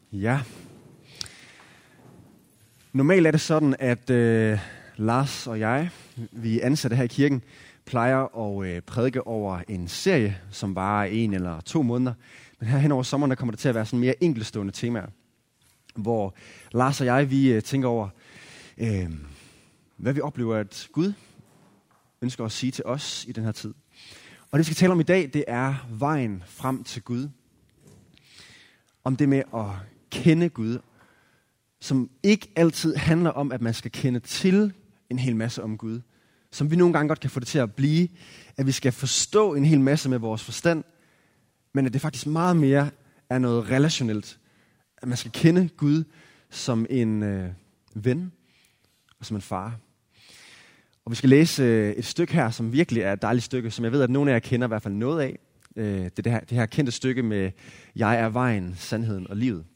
Ja. Normalt er det sådan, at Lars og jeg, vi ansatte her i kirken, plejer at prædike over en serie, som varer 1 eller 2 måneder. Men her hen over sommeren, der kommer det til at være sådan mere enkeltstående temaer, hvor Lars og jeg, vi tænker over, hvad vi oplever, at Gud ønsker at sige til os i den her tid. Og det, vi skal tale om i dag, det er vejen frem til Gud. Om det med at kende Gud, som ikke altid handler om, at man skal kende til en hel masse om Gud. Som vi nogle gange godt kan få det til at blive, at vi skal forstå en hel masse med vores forstand, men at det faktisk meget mere er noget relationelt. At man skal kende Gud som en ven og som en far. Og vi skal læse et stykke her, som virkelig er et dejligt stykke, som jeg ved, at nogle af jer kender i hvert fald noget af. Det her kendte stykke med, jeg er vejen, sandheden og livet.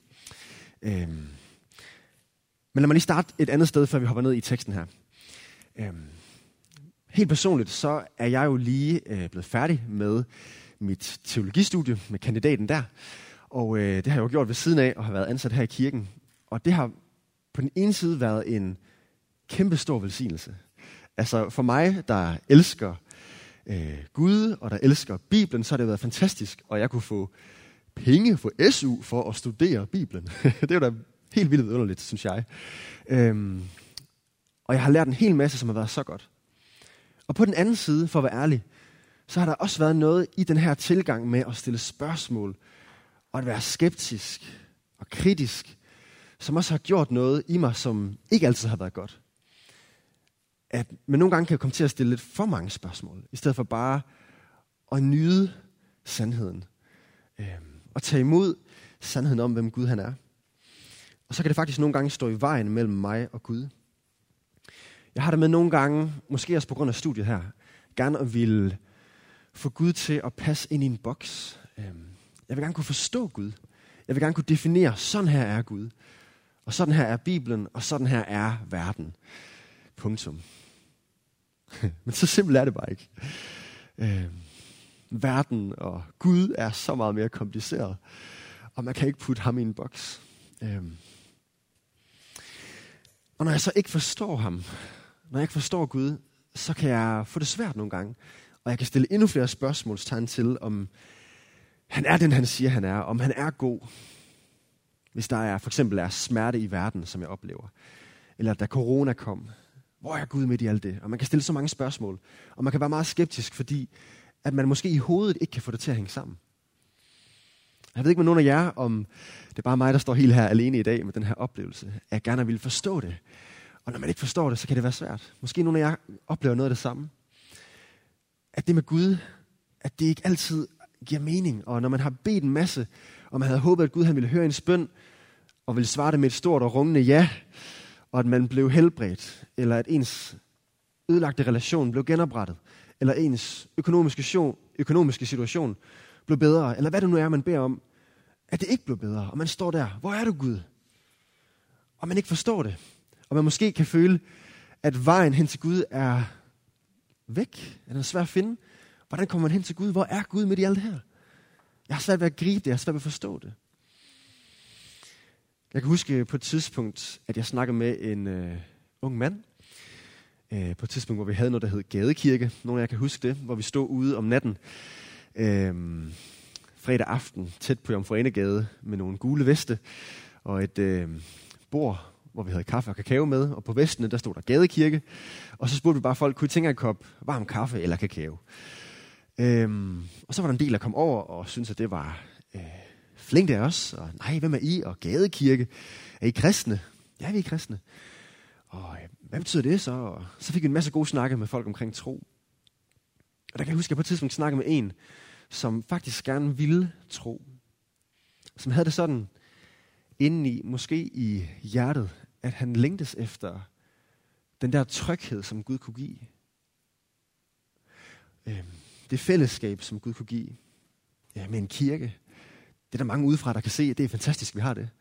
Men lad mig lige starte et andet sted, før vi hopper ned i teksten her. Helt personligt, så er jeg jo lige blevet færdig med mit teologistudie med kandidaten der. Og det har jeg jo gjort ved siden af og har været ansat her i kirken. Og det har på den ene side været en kæmpe stor velsignelse. Altså for mig, der elsker Gud og der elsker Bibelen, så har det været fantastisk. Og jeg kunne få penge for SU for at studere Bibelen. Det er jo da helt vildt underligt, synes jeg. Og jeg har lært en hel masse, som har været så godt. Og på den anden side, for at være ærlig, så har der også været noget i den her tilgang med at stille spørgsmål, og at være skeptisk og kritisk, som også har gjort noget i mig, som ikke altid har været godt. At man nogle gange kan komme til at stille lidt for mange spørgsmål, i stedet for bare at nyde sandheden. Og tage imod sandheden om, hvem Gud han er. Og så kan det faktisk nogle gange stå i vejen mellem mig og Gud. Jeg har det med nogle gange, måske også på grund af studiet her, gerne at ville få Gud til at passe ind i en boks. Jeg vil gerne kunne forstå Gud. Jeg vil gerne kunne definere, sådan her er Gud. Og sådan her er Bibelen, og sådan her er verden. Punktum. Men så simpelt er det bare ikke. Verden og Gud er så meget mere kompliceret, og man kan ikke putte ham i en boks. Og når jeg så ikke forstår ham, når jeg ikke forstår Gud, så kan jeg få det svært nogle gange. Og jeg kan stille endnu flere spørgsmålstegn til, om han er den, han siger, han er. Om han er god. Hvis der for eksempel er smerte i verden, som jeg oplever. Eller da corona kom. Hvor er Gud midt i alt det? Og man kan stille så mange spørgsmål. Og man kan være meget skeptisk, fordi at man måske i hovedet ikke kan få det til at hænge sammen. Jeg ved ikke med nogen af jer, om det er bare mig, der står helt her alene i dag med den her oplevelse, at jeg gerne vil forstå det. Og når man ikke forstår det, så kan det være svært. Måske nogle af jer oplever noget af det samme. At det med Gud, at det ikke altid giver mening. Og når man har bedt en masse, og man havde håbet, at Gud han ville høre ens bøn, og ville svare det med et stort og rungende ja, og at man blev helbredt, eller at ens ødelagte relation blev genoprettet, eller ens økonomiske situation blev bedre, eller hvad det nu er, man beder om, at det ikke blev bedre, og man står der, hvor er du Gud? Og man ikke forstår det, og man måske kan føle, at vejen hen til Gud er væk, at den er svær at finde. Hvordan kommer man hen til Gud? Hvor er Gud midt i alt det her? Jeg har svært ved at gribe det, jeg har svært ved at forstå det. Jeg kan huske på et tidspunkt, at jeg snakkede med en ung mand, på et tidspunkt, hvor vi havde noget, der hed Gadekirke. Nogle af jer kan huske det, hvor vi stod ude om natten, fredag aften, tæt på Jomfru Ane Gade, med nogle gule veste, og et bord, hvor vi havde kaffe og kakao med, og på vestene, der stod der Gadekirke, og så spurgte vi bare folk, kunne I tænke jer en kop varm kaffe eller kakao? Og så var der en del, der kom over og syntes, at det var flink af os, og nej, hvem er I? Og Gadekirke, er I kristne? Ja, vi er kristne. Og hvad betyder det så? Og så fik vi en masse gode snakke med folk omkring tro. Og der kan jeg huske, at jeg på et tidspunkt snakkede med en, som faktisk gerne ville tro. Som havde det sådan indeni, måske i hjertet, at han længtes efter den der tryghed, som Gud kunne give. Det fællesskab, som Gud kunne give. Ja, med en kirke. Det er der mange udefra, der kan se, at det er fantastisk, vi har det.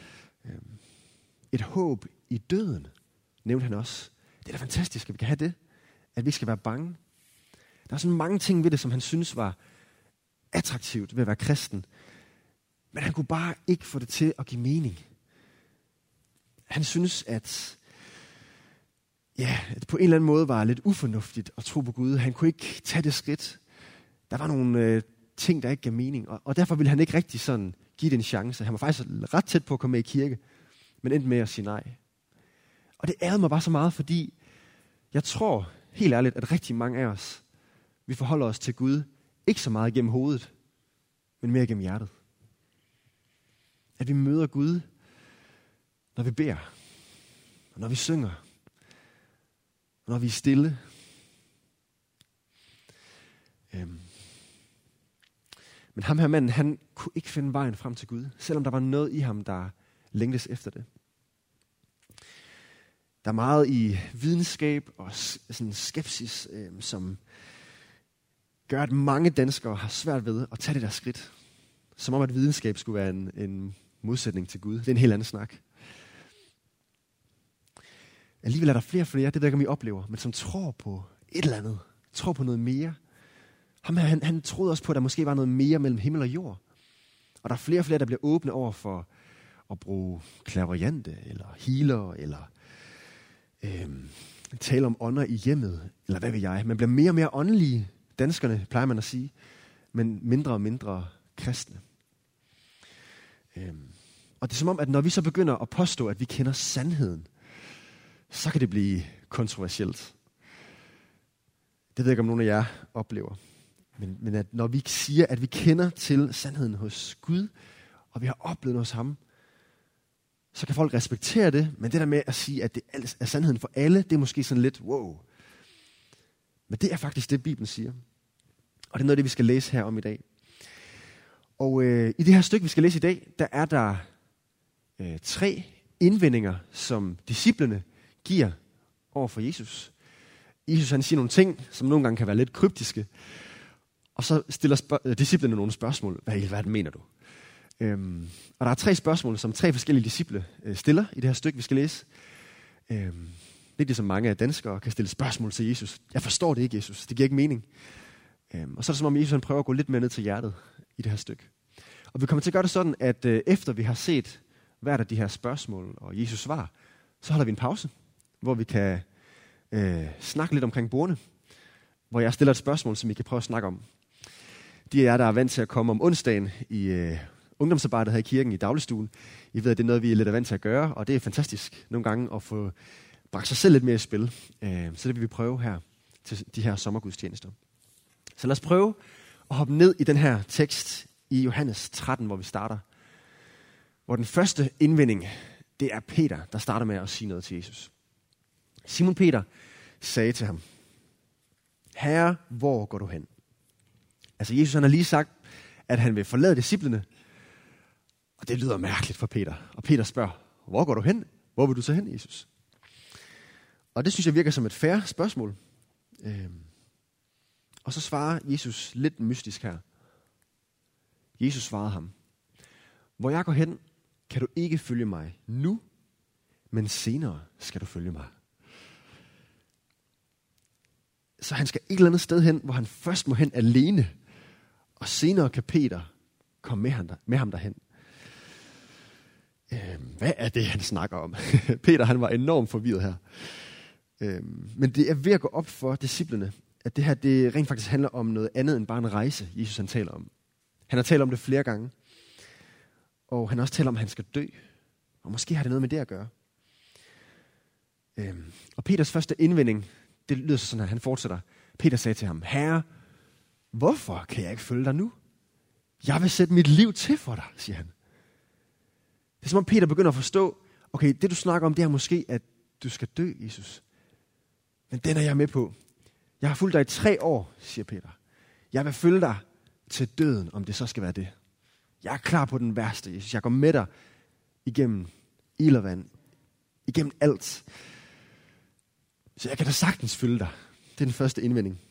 Et håb i døden, nævnte han også. Det er da fantastisk, at vi kan have det. At vi ikke skal være bange. Der er sådan mange ting ved det, som han synes var attraktivt ved at være kristen. Men han kunne bare ikke få det til at give mening. Han synes, at det på en eller anden måde var lidt ufornuftigt at tro på Gud. Han kunne ikke tage det skridt. Der var nogle ting, der ikke gav mening. Og derfor ville han ikke rigtig sådan give det en chance. Han var faktisk ret tæt på at komme med i kirke, men endte med at sige nej. Og det ærede mig bare så meget, fordi jeg tror helt ærligt, at rigtig mange af os, vi forholder os til Gud, ikke så meget gennem hovedet, men mere gennem hjertet. At vi møder Gud, når vi beder, og når vi synger, og når vi er stille. Men ham her manden, han kunne ikke finde vejen frem til Gud, selvom der var noget i ham, der længtes efter det. Der er meget i videnskab og sådan skepsis, som gør, at mange danskere har svært ved at tage det der skridt. Som om, at videnskab skulle være en modsætning til Gud. Det er en helt anden snak. Alligevel er der flere og flere, det ved jeg ikke, om I oplever, men som tror på et eller andet. Tror på noget mere. Han troede også på, at der måske var noget mere mellem himmel og jord. Og der er flere og flere, der bliver åbne over for at bruge clairvoyante, eller healer, eller tale om ånder i hjemmet, eller hvad ved jeg. Man bliver mere og mere åndelige, danskerne plejer man at sige, men mindre og mindre kristne. Og det er som om, at når vi så begynder at påstå, at vi kender sandheden, så kan det blive kontroversielt. Det ved jeg ikke, om nogen af jer oplever. Men at når vi siger, at vi kender til sandheden hos Gud, og vi har oplevet noget hos ham, så kan folk respektere det, men det der med at sige, at det er sandheden for alle, det er måske sådan lidt, wow. Men det er faktisk det, Bibelen siger. Og det er noget af det, vi skal læse her om i dag. Og i det her stykke, vi skal læse i dag, der er der 3 indvendinger, som disciplene giver over for Jesus. Jesus han siger nogle ting, som nogle gange kan være lidt kryptiske, og så stiller disciplene nogle spørgsmål. Hvad i alverden mener du? Og der er 3 spørgsmål, som 3 forskellige disciple stiller i det her stykke, vi skal læse. Lidt ligesom mange af danskere kan stille spørgsmål til Jesus. Jeg forstår det ikke, Jesus. Det giver ikke mening. Og så er det som om Jesus han prøver at gå lidt mere ned til hjertet i det her stykke. Og vi kommer til at gøre det sådan, at efter vi har set hvert af de her spørgsmål og Jesus svar, så holder vi en pause, hvor vi kan snakke lidt omkring bordene, hvor jeg stiller et spørgsmål, som I kan prøve at snakke om. De af jer, der er vant til at komme om onsdagen i ungdomsarbejdet her i kirken i dagligstuen, I ved, at det er noget, vi er lidt vant til at gøre, og det er fantastisk nogle gange at få bragt sig selv lidt mere i spil. Så det vil vi prøve her til de her sommergudstjenester. Så lad os prøve at hoppe ned i den her tekst i Johannes 13, hvor vi starter. Hvor den første indvending, det er Peter, der starter med at sige noget til Jesus. Simon Peter sagde til ham, Herre, hvor går du hen? Altså Jesus han har lige sagt, at han vil forlade disciplene, og det lyder mærkeligt for Peter. Og Peter spørger, hvor går du hen? Hvor vil du så hen, Jesus? Og det synes jeg virker som et fair spørgsmål. Og så svarer Jesus lidt mystisk her. Jesus svarede ham, hvor jeg går hen, kan du ikke følge mig nu, men senere skal du følge mig. Så han skal et eller andet sted hen, hvor han først må hen alene, og senere kan Peter komme med ham derhen. Hvad er det, han snakker om? Peter han var enormt forvirret her. Men det er ved at gå op for disciplene, at det her det rent faktisk handler om noget andet end bare en rejse, Jesus han taler om. Han har talt om det flere gange. Og han har også talt om, at han skal dø. Og måske har det noget med det at gøre. Og Peters første indvending, det lyder sådan her, han fortsætter. Peter sagde til ham, Herre, hvorfor kan jeg ikke følge dig nu? Jeg vil sætte mit liv til for dig, siger han. Det er som om Peter begynder at forstå, okay, det du snakker om, det er måske, at du skal dø, Jesus. Men den er jeg med på. Jeg har fulgt dig i 3 år, siger Peter. Jeg vil følge dig til døden, om det så skal være det. Jeg er klar på den værste, Jesus. Jeg går med dig igennem ild og vand. Igennem alt. Så jeg kan da sagtens følge dig. Det er den første indvending.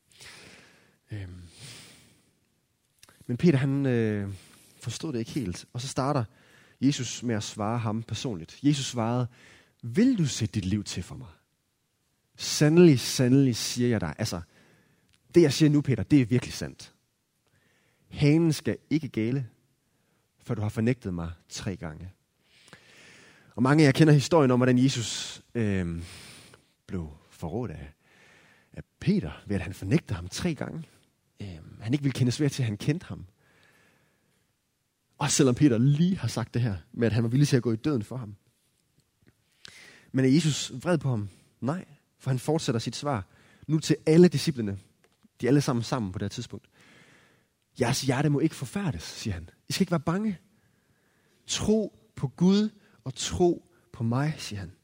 Men Peter, han forstod det ikke helt. Og så starter Jesus med at svare ham personligt. Jesus svarede, vil du sætte dit liv til for mig? Sandelig, sandelig siger jeg dig. Altså, det jeg siger nu, Peter, det er virkelig sandt. Hanen skal ikke gale, før du har fornægtet mig 3 gange. Og mange af jer kender historien om, hvordan Jesus blev forrådt af Peter, ved at han fornægtede ham 3 gange. Han ikke ville kendes ved til, at han kendte ham. Også selvom Peter lige har sagt det her, med at han var villig til at gå i døden for ham. Men er Jesus vred på ham? Nej, for han fortsætter sit svar nu til alle disciplene. De er alle sammen på det her tidspunkt. Jeres hjerte må ikke forfærdes, siger han. I skal ikke være bange. Tro på Gud og tro på mig, siger han.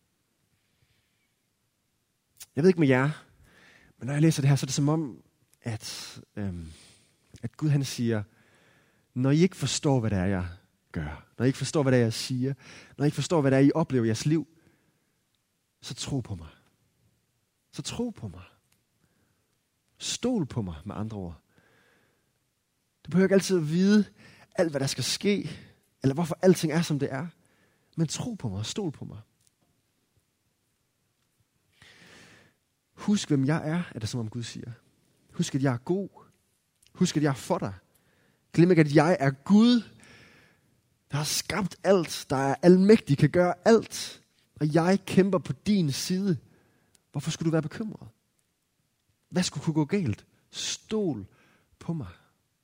Jeg ved ikke med jer, men når jeg læser det her, så er det som om, at Gud han siger, når I ikke forstår, hvad det er, jeg gør, når I ikke forstår, hvad det er, jeg siger, når I ikke forstår, hvad det er, I oplever i jeres liv, så tro på mig. Så tro på mig. Stol på mig, med andre ord. Du behøver ikke altid at vide alt, hvad der skal ske, eller hvorfor alting er, som det er. Men tro på mig og stol på mig. Husk, hvem jeg er det som om Gud siger. Husk, at jeg er god. Husk, at jeg er for dig. Glem ikke, at jeg er Gud, der har skabt alt, der er almægtig, kan gøre alt. Og jeg kæmper på din side. Hvorfor skulle du være bekymret? Hvad skulle kunne gå galt? Stol på mig.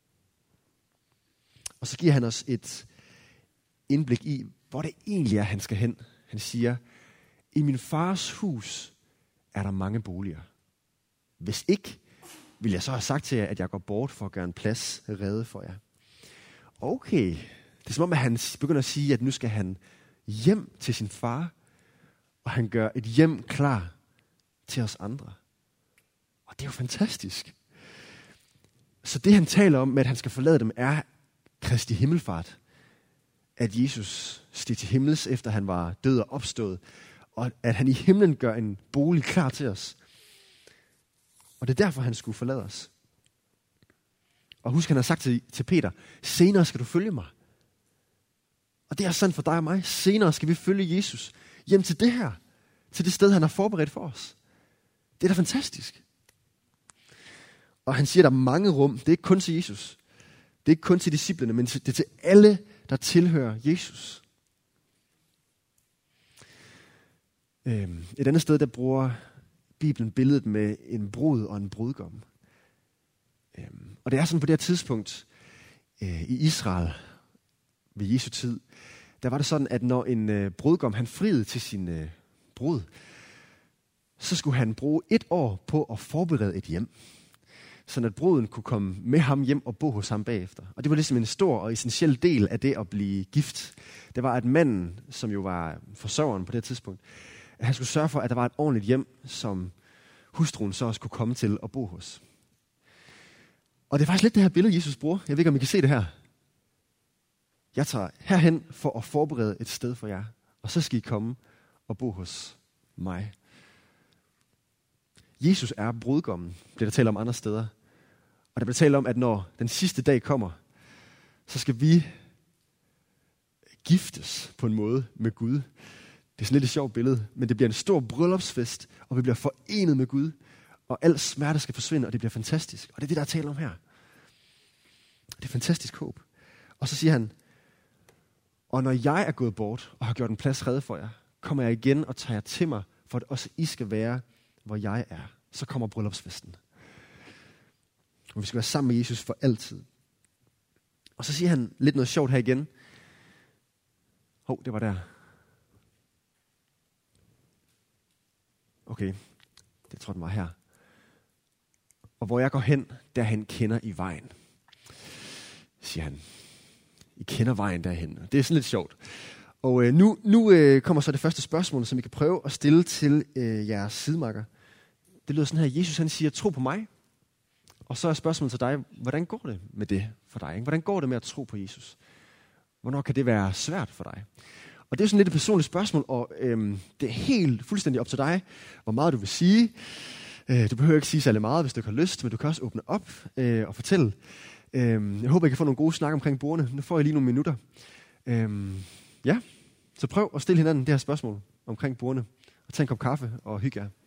Og så giver han os et indblik i, hvor det egentlig er, han skal hen. Han siger, i min fars hus er der mange boliger. Hvis ikke, vil jeg så have sagt til jer, at jeg går bort for at gøre en plads rede for jer. Okay, det er som om, at han begynder at sige, at nu skal han hjem til sin far, og han gør et hjem klar til os andre. Og det er jo fantastisk. Så det han taler om med, at han skal forlade dem, er Kristi himmelfart. At Jesus steg til himmels, efter han var død og opstået. Og at han i himlen gør en bolig klar til os. Og det er derfor, han skulle forlade os. Og husk, han har sagt til Peter, senere skal du følge mig. Og det er sandt for dig og mig. Senere skal vi følge Jesus hjem til det her. Til det sted, han har forberedt for os. Det er da fantastisk. Og han siger, der er mange rum. Det er ikke kun til Jesus. Det er ikke kun til disciplene, men det er til alle, der tilhører Jesus. Et andet sted, der bruger Bibelen billedet med en brud og en brudgom. Og det er sådan på det her tidspunkt i Israel ved Jesu tid, der var det sådan, at når en brudgom han friede til sin brud, så skulle han bruge 1 år på at forberede et hjem, så at bruden kunne komme med ham hjem og bo hos ham bagefter. Og det var ligesom en stor og essentiel del af det at blive gift. Det var, at manden, som jo var forsørgeren på det tidspunkt, at han skulle sørge for, at der var et ordentligt hjem, som hustruen så også kunne komme til at bo hos. Og det er faktisk lidt det her billede, Jesus bruger. Jeg ved ikke, om I kan se det her. Jeg tager herhen for at forberede et sted for jer, og så skal I komme og bo hos mig. Jesus er brudgommen, bliver der talt om andre steder. Og der bliver talt om, at når den sidste dag kommer, så skal vi giftes på en måde med Gud. Det er sådan lidt et sjovt billede, men det bliver en stor bryllupsfest, og vi bliver forenet med Gud, og al smerte skal forsvinde, og det bliver fantastisk. Og det er det, der er talt om her. Det er fantastisk håb. Og så siger han, og når jeg er gået bort og har gjort en plads rede for jer, kommer jeg igen og tager jer til mig, for at også I skal være, hvor jeg er. Så kommer bryllupsfesten. Og vi skal være sammen med Jesus for altid. Og så siger han lidt noget sjovt her igen. Det var der. Okay, det tror jeg, den var her. Og hvor jeg går hen, derhen kender I vejen, siger han. I kender vejen derhen. Det er sådan lidt sjovt. Og nu kommer så det første spørgsmål, som I kan prøve at stille til jeres sidemakker. Det lyder sådan her. Jesus han siger, tro på mig. Og så er spørgsmålet til dig, hvordan går det med det for dig? Ikke? Hvordan går det med at tro på Jesus? Hvornår kan det være svært for dig? Og det er sådan lidt et personligt spørgsmål, og det er helt fuldstændig op til dig, hvor meget du vil sige. Du behøver ikke sige særlig meget, hvis du ikke har lyst, men du kan også åbne op og fortælle. Jeg håber, I kan få nogle gode snak omkring bordene. Nu får I lige nogle minutter. Ja, så prøv at stille hinanden det her spørgsmål omkring bordene, og tag en kop kaffe og hygge jer.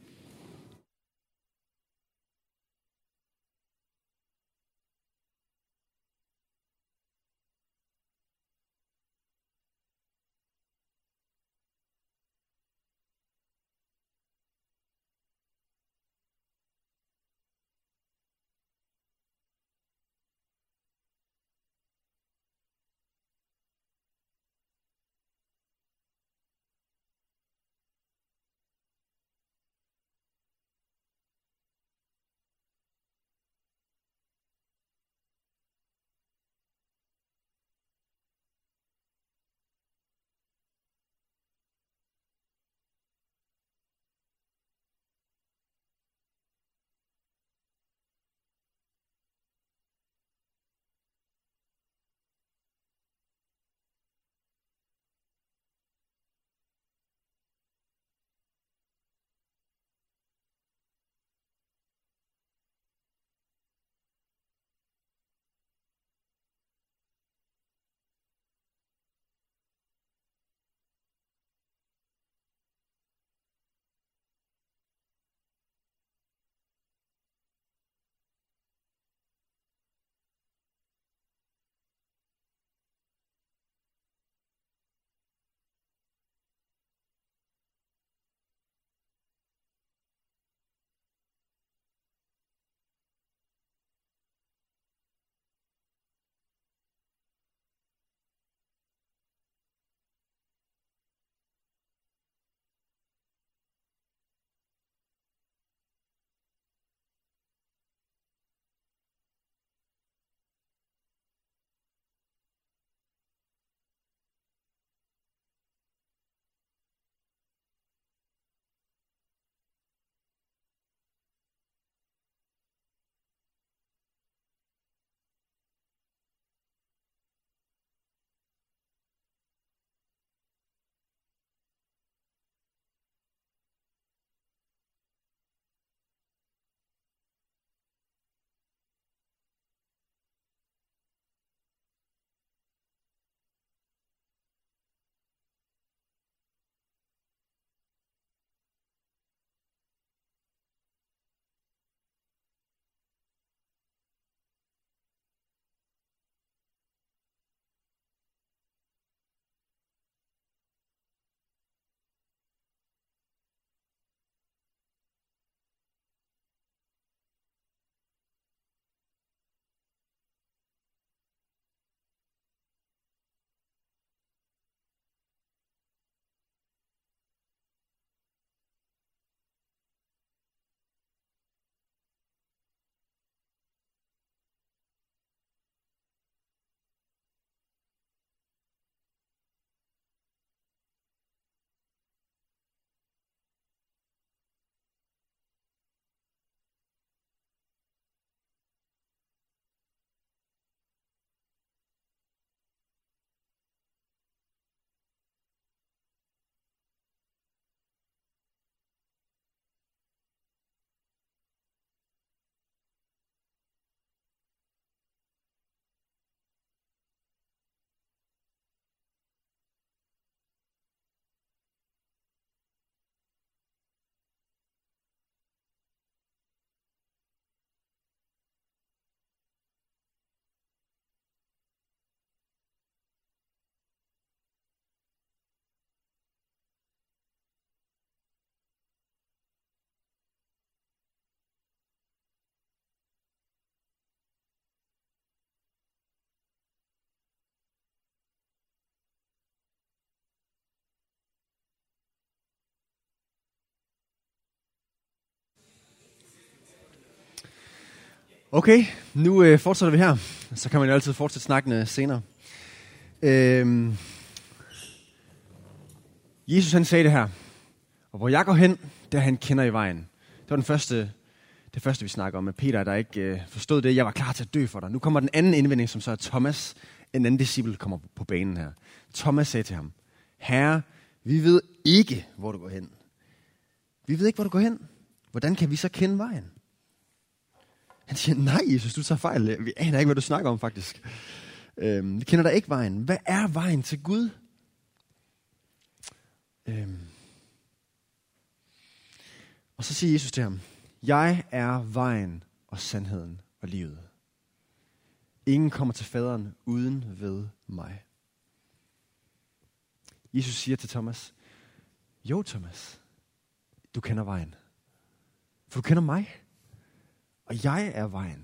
Okay, nu fortsætter vi her. Så kan man jo altid fortsætte snakkene senere. Jesus han sagde det her. Og hvor jeg går hen, der han kender i vejen. Det var det første vi snakker om med Peter, der ikke forstod det. Jeg var klar til at dø for dig. Nu kommer den anden indvending, som så er Thomas. En anden disciple kommer på banen her. Thomas sagde til ham, Herre, vi ved ikke, hvor du går hen. Vi ved ikke, hvor du går hen. Hvordan kan vi så kende vejen? Han siger, nej Jesus, du tager fejl. Vi aner ikke, hvad du snakker om faktisk. Vi kender da ikke vejen. Hvad er vejen til Gud? Og så siger Jesus til ham, jeg er vejen og sandheden og livet. Ingen kommer til faderen uden ved mig. Jesus siger til Thomas, jo Thomas, du kender vejen. For du kender mig. Og jeg er vejen.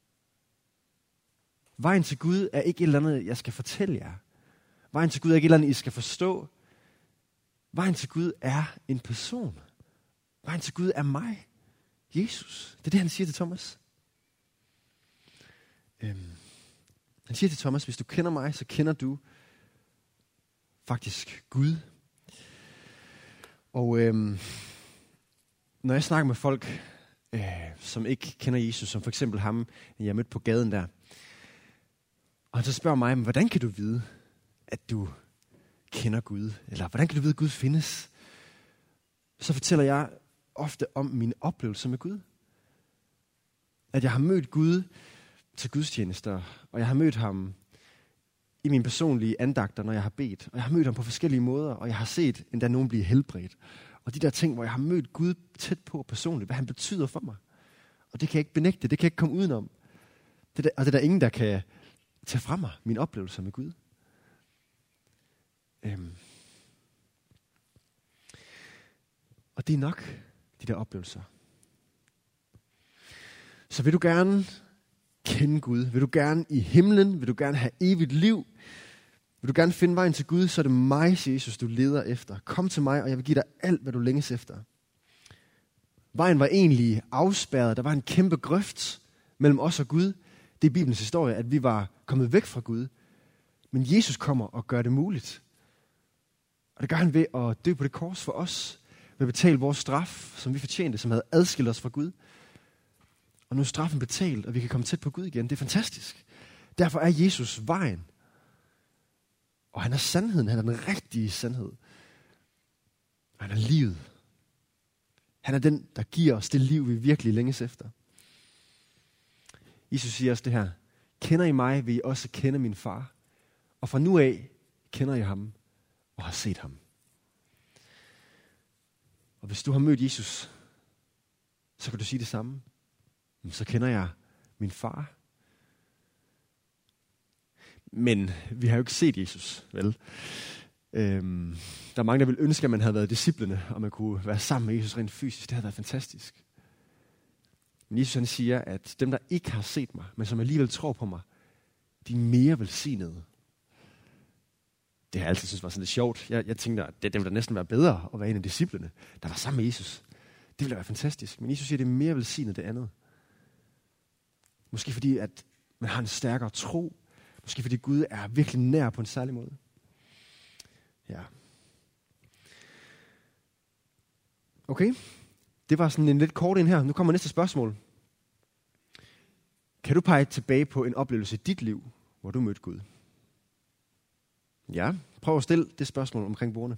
Vejen til Gud er ikke et eller andet, jeg skal fortælle jer. Vejen til Gud er ikke et eller andet, I skal forstå. Vejen til Gud er en person. Vejen til Gud er mig. Jesus. Det er det, han siger til Thomas. Han siger til Thomas, hvis du kender mig, så kender du faktisk Gud. Og når jeg snakker med folk, som ikke kender Jesus, som for eksempel ham, jeg mødte på gaden der, og han så spørger mig, hvordan kan du vide, at du kender Gud? Eller hvordan kan du vide, at Gud findes? Så fortæller jeg ofte om mine oplevelser med Gud. At jeg har mødt Gud til gudstjenester, og jeg har mødt ham i mine personlige andagter, når jeg har bedt. Og jeg har mødt ham på forskellige måder, og jeg har set endda nogen blive helbredt. Og de der ting, hvor jeg har mødt Gud tæt på personligt, hvad han betyder for mig. Og det kan jeg ikke benægte, det kan jeg ikke komme udenom. Og det er der ingen, der kan tage fra mig mine oplevelser med Gud. Og det er nok, de der oplevelser. Så vil du gerne kende Gud, vil du gerne i himlen, vil du gerne have evigt liv, vil du gerne finde vejen til Gud, så er det mig, siger Jesus, du leder efter. Kom til mig, og jeg vil give dig alt, hvad du længes efter. Vejen var egentlig afspærret. Der var en kæmpe grøft mellem os og Gud. Det er Bibelens historie, at vi var kommet væk fra Gud. Men Jesus kommer og gør det muligt. Og det gør han ved at dø på det kors for os. Ved at betale vores straf, som vi fortjente, som havde adskilt os fra Gud. Og nu er straffen betalt, og vi kan komme tæt på Gud igen. Det er fantastisk. Derfor er Jesus vejen. Og han er sandheden. Han er den rigtige sandhed. Og han er livet. Han er den, der giver os det liv, vi virkelig længes efter. Jesus siger også det her. Kender I mig, vil I også kende min far. Og fra nu af kender jeg ham og har set ham. Og hvis du har mødt Jesus, så kan du sige det samme. Så kender jeg min far. Men vi har jo ikke set Jesus, vel? Der er mange, der vil ønske, at man havde været disciplene, og man kunne være sammen med Jesus rent fysisk. Det havde været fantastisk. Men Jesus han siger, at dem, der ikke har set mig, men som alligevel tror på mig, de er mere velsignede. Det har jeg altid synes var sådan lidt sjovt. Jeg tænkte, at det ville da næsten være bedre at være en af disciplene, der var sammen med Jesus. Det ville da være fantastisk. Men Jesus siger, at det er mere velsignet det andet. Måske fordi, at man har en stærkere tro. Måske fordi Gud er virkelig nær på en særlig måde. Ja. Okay. Det var sådan en lidt kort ind her. Nu kommer næste spørgsmål. Kan du pege tilbage på en oplevelse i dit liv, hvor du mødte Gud? Ja, prøv at stille det spørgsmål omkring bordene.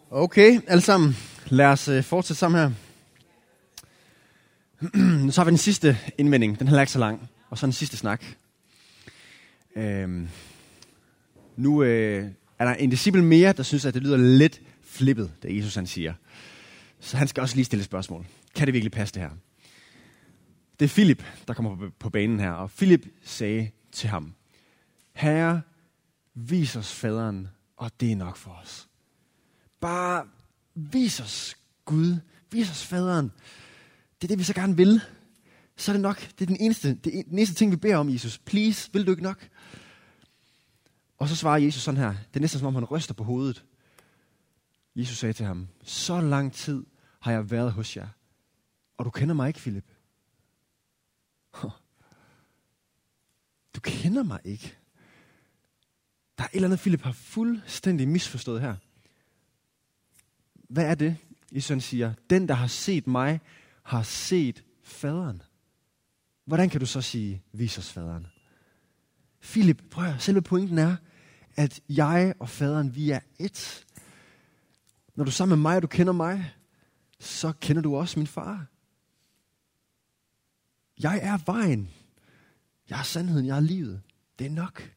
Okay, alle sammen. Lad os fortsætte sammen her. Så har vi den sidste indvending. Den er ikke så lang. Og så den sidste snak. Nu er der en disciple mere, der synes, at det lyder lidt flippet, det Jesus han siger. Så han skal også lige stille spørgsmål. Kan det virkelig passe det her? Det er Filip, der kommer på banen her. Og Filip sagde til ham: Herre, vis os faderen, og det er nok for os. Bare vis os Gud. Vis os faderen. Det er det, vi så gerne vil. Så er det nok. Det er den eneste ting, vi beder om, Jesus. Please, vil du ikke nok? Og så svarer Jesus sådan her. Det er næsten som om, han ryster på hovedet. Jesus sagde til ham: Så lang tid har jeg været hos jer, og du kender mig ikke, Filip. Du kender mig ikke. Der er et eller andet, Filip har fuldstændig misforstået her. Hvad er det? Jesus siger: Den, der har set mig, har set faderen. Hvordan kan du så sige, vis os faderen? Filip, prøv at høre, selve pointen er, at jeg og faderen, vi er ét. Når du er sammen med mig, og du kender mig, så kender du også min far. Jeg er vejen. Jeg er sandheden, jeg er livet. Det er nok.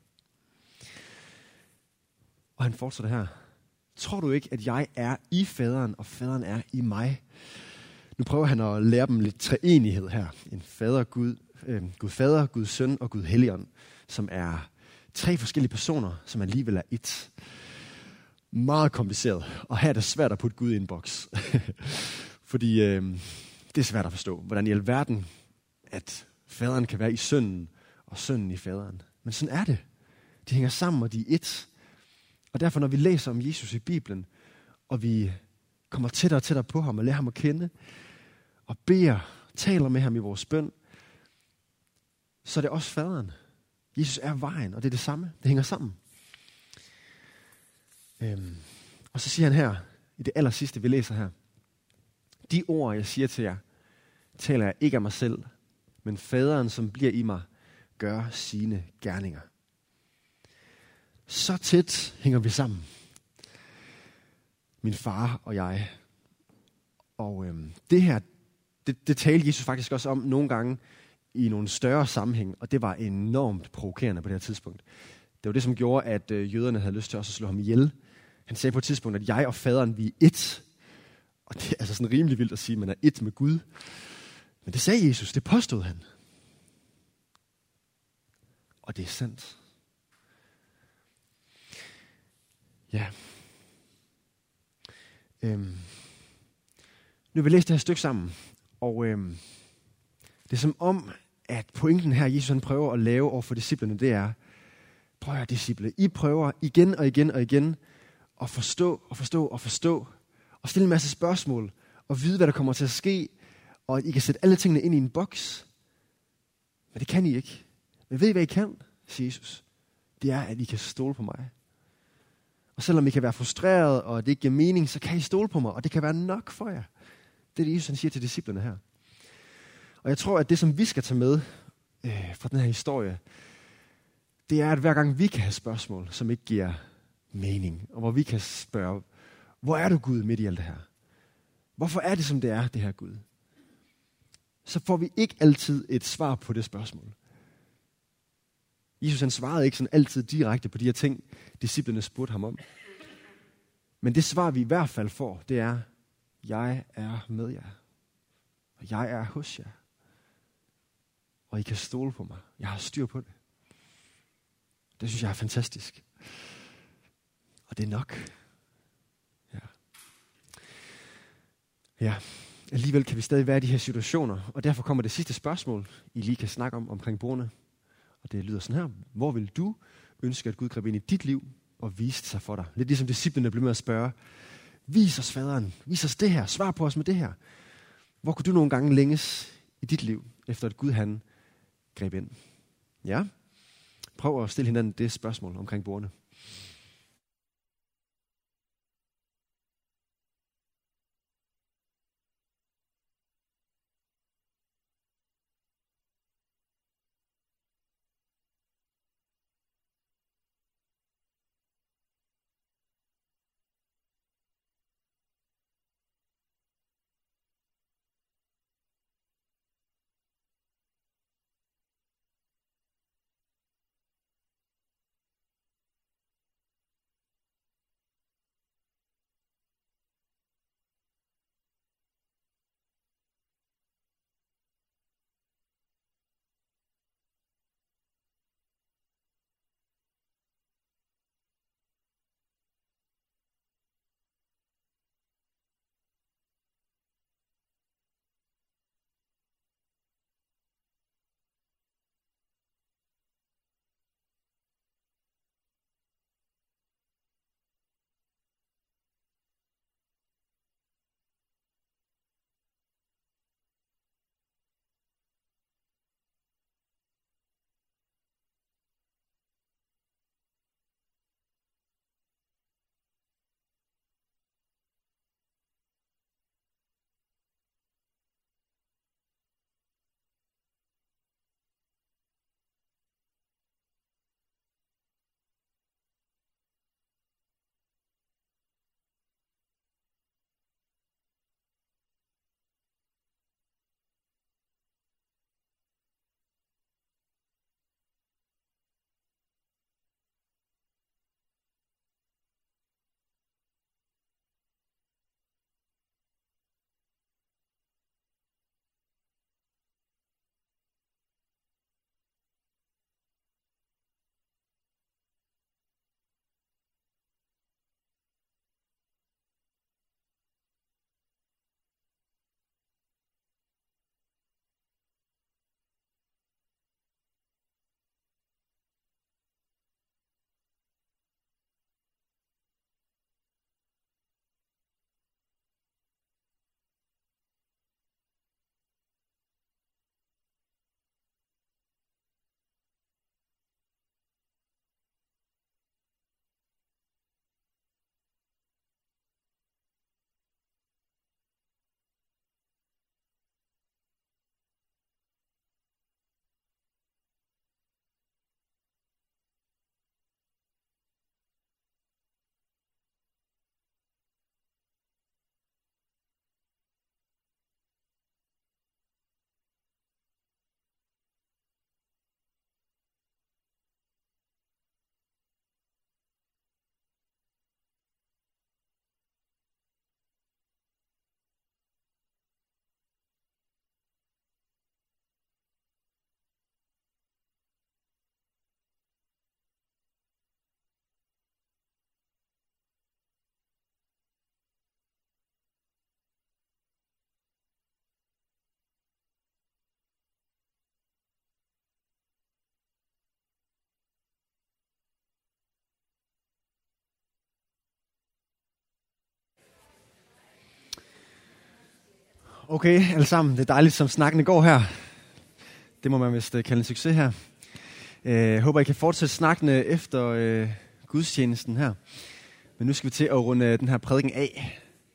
Og han fortsætter her. Tror du ikke, at jeg er i faderen, og faderen er i mig? Nu prøver han at lære dem lidt treenighed her. En fader, Gud, Gud fader, Gud søn og Gud helligånd, som er 3 forskellige personer, som alligevel er ét. Meget kompliceret. Og her er det svært at putte Gud i en boks. Fordi det er svært at forstå, hvordan i alverden, at faderen kan være i sønnen, og sønnen i faderen. Men sådan er det. De hænger sammen, og de er ét. Og derfor, når vi læser om Jesus i Bibelen, og vi kommer tættere og tættere på ham, og lærer ham at kende, og beder, taler med ham i vores bøn, så er det også faderen. Jesus er vejen, og det er det samme. Det hænger sammen. Og så siger han her, i det aller sidste, vi læser her: De ord, jeg siger til jer, taler jeg ikke af mig selv, men faderen, som bliver i mig, gør sine gerninger. Så tæt hænger vi sammen. Min far og jeg. Og det her, det talte Jesus faktisk også om nogle gange i nogle større sammenhæng, og det var enormt provokerende på det her tidspunkt. Det var det, som gjorde, at jøderne havde lyst til også at slå ham ihjel. Han sagde på et tidspunkt, at jeg og faderen, vi er ét. Og det er altså sådan rimelig vildt at sige, at man er ét med Gud. Men det sagde Jesus, det påstod han. Og det er sandt. Ja. Nu vil vi læse det her stykke sammen. Og det er som om, at pointen her, Jesus han prøver at lave over for disciplene, det er: prøv at høre, disciple, I prøver igen og igen og igen at forstå og forstå og forstå, og stille en masse spørgsmål, og vide, hvad der kommer til at ske, og at I kan sætte alle tingene ind i en boks. Men det kan I ikke. Men ved I, hvad I kan, siger Jesus? Det er, at I kan stole på mig. Og selvom I kan være frustreret, og det ikke giver mening, så kan I stole på mig, og det kan være nok for jer. Det er det, Jesus han siger til disciplene her. Og jeg tror, at det, som vi skal tage med fra den her historie, det er, at hver gang vi kan have spørgsmål, som ikke giver mening, og hvor vi kan spørge: hvor er du, Gud, midt i alt det her? Hvorfor er det, som det er, det her Gud? Så får vi ikke altid et svar på det spørgsmål. Jesus han svarede ikke sådan altid direkte på de her ting, disciplene spurgte ham om. Men det svar, vi i hvert fald får, det er: jeg er med jer. Og jeg er hos jer. Og I kan stole på mig. Jeg har styr på det. Det synes jeg er fantastisk. Og det er nok. Ja. Ja. Alligevel kan vi stadig være i de her situationer. Og derfor kommer det sidste spørgsmål, I lige kan snakke om omkring bordene. Og det lyder sådan her: hvor vil du ønske, at Gud greb ind i dit liv og viste sig for dig? Lidt ligesom disciplene blev med at spørge: vis os faderen, vis os det her, svar på os med det her. Hvor kunne du nogle gange længes i dit liv, efter at Gud han greb ind? Ja, prøv at stille hinanden det spørgsmål omkring bordene. Okay, alle sammen. Det er dejligt, som snakkene går her. Det må man vist kalde en succes her. Jeg håber, I kan fortsætte snakkene efter gudstjenesten her. Men nu skal vi til at runde den her prædiken af.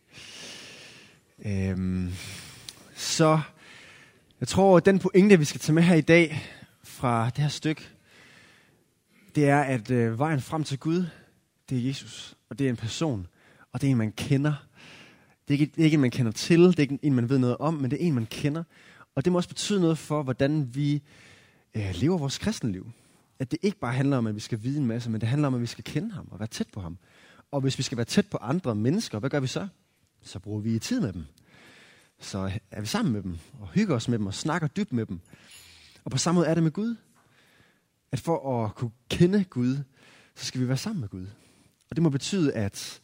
Så jeg tror, at den pointe, vi skal tage med her i dag fra det her stykke, det er, at vejen frem til Gud, det er Jesus. Og det er en person, og det er en, man kender. Det er ikke en, man kender til, det er ikke en, man ved noget om, men det er en, man kender. Og det må også betyde noget for, hvordan vi lever vores kristenliv. At det ikke bare handler om, at vi skal vide en masse, men det handler om, at vi skal kende ham og være tæt på ham. Og hvis vi skal være tæt på andre mennesker, hvad gør vi så? Så bruger vi tid med dem. Så er vi sammen med dem, og hygger os med dem, og snakker dybt med dem. Og på samme måde er det med Gud. At for at kunne kende Gud, så skal vi være sammen med Gud. Og det må betyde, at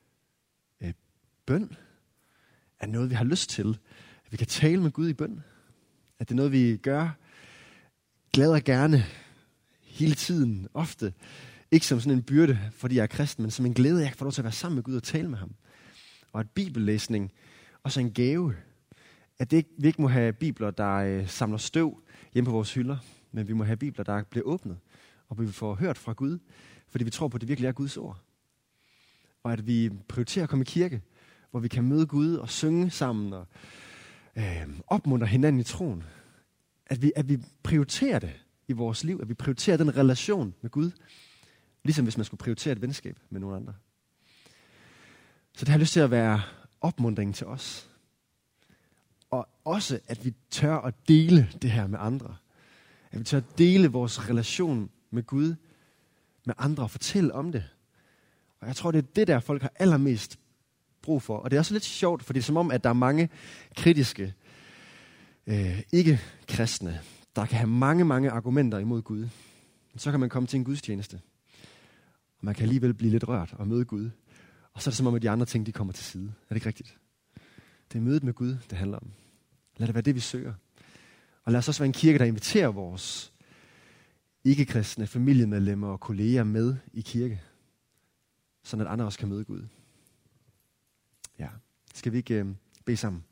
bøn er noget, vi har lyst til. At vi kan tale med Gud i bøn. At det er noget, vi gør glad og gerne hele tiden, ofte. Ikke som sådan en byrde, fordi jeg er kristen, men som en glæde, jeg kan få lov til at være sammen med Gud og tale med ham. Og at bibellæsning også er en gave. At vi ikke må have bibler, der samler støv hjemme på vores hylder, men vi må have bibler, der bliver åbnet, og vi får hørt fra Gud, fordi vi tror på, at det virkelig er Guds ord. Og at vi prioriterer at komme i kirke, hvor vi kan møde Gud og synge sammen og opmuntre hinanden i troen. At vi prioriterer det i vores liv, at vi prioriterer den relation med Gud, ligesom hvis man skulle prioritere et venskab med nogen andre. Så det har lyst til at være opmuntringen til os. Og også, at vi tør at dele det her med andre. At vi tør at dele vores relation med Gud med andre og fortælle om det. Og jeg tror, det er det der, folk har allermest brug for. Og det er også lidt sjovt, for det er som om, at der er mange kritiske, ikke-kristne, der kan have mange, mange argumenter imod Gud. Men så kan man komme til en gudstjeneste. Og man kan alligevel blive lidt rørt og møde Gud. Og så er det som om, at de andre ting, de kommer til side. Er det ikke rigtigt? Det er mødet med Gud, det handler om. Lad det være det, vi søger. Og lad os også være en kirke, der inviterer vores ikke-kristne familiemedlemmer og kolleger med i kirke. Sådan at andre også kan møde Gud. Ja, skal vi ikke bede sammen?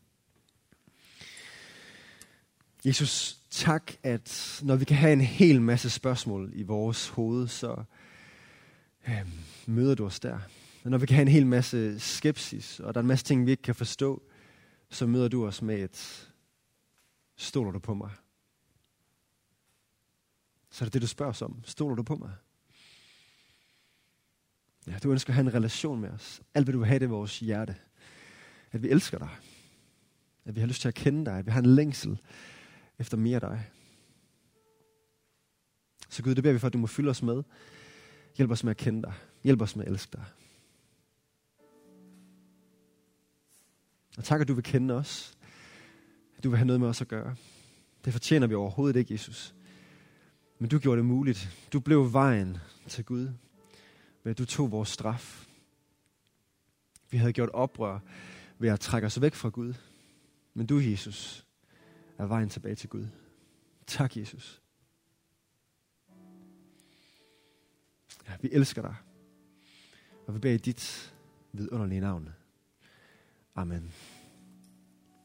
Jesus, tak, at når vi kan have en hel masse spørgsmål i vores hoved, så møder du os der. Og når vi kan have en hel masse skepsis, og der er en masse ting, vi ikke kan forstå, så møder du os med et, stoler du på mig? Så er det det, du spørger os om. Stoler du på mig? Ja, du ønsker at have en relation med os. Alt hvad du vil have, det er vores hjerte. At vi elsker dig. At vi har lyst til at kende dig. At vi har en længsel efter mere af dig. Så Gud, det beder vi for, at du må fylde os med. Hjælp os med at kende dig. Hjælp os med at elske dig. Og tak, at du vil kende os. At du vil have noget med os at gøre. Det fortjener vi overhovedet ikke, Jesus. Men du gjorde det muligt. Du blev vejen til Gud. Men du tog vores straf. Vi havde gjort oprør ved at trække os væk fra Gud. Men du, Jesus, er vejen tilbage til Gud. Tak, Jesus. Ja, vi elsker dig. Og vi beder i dit vidunderlige navn. Amen.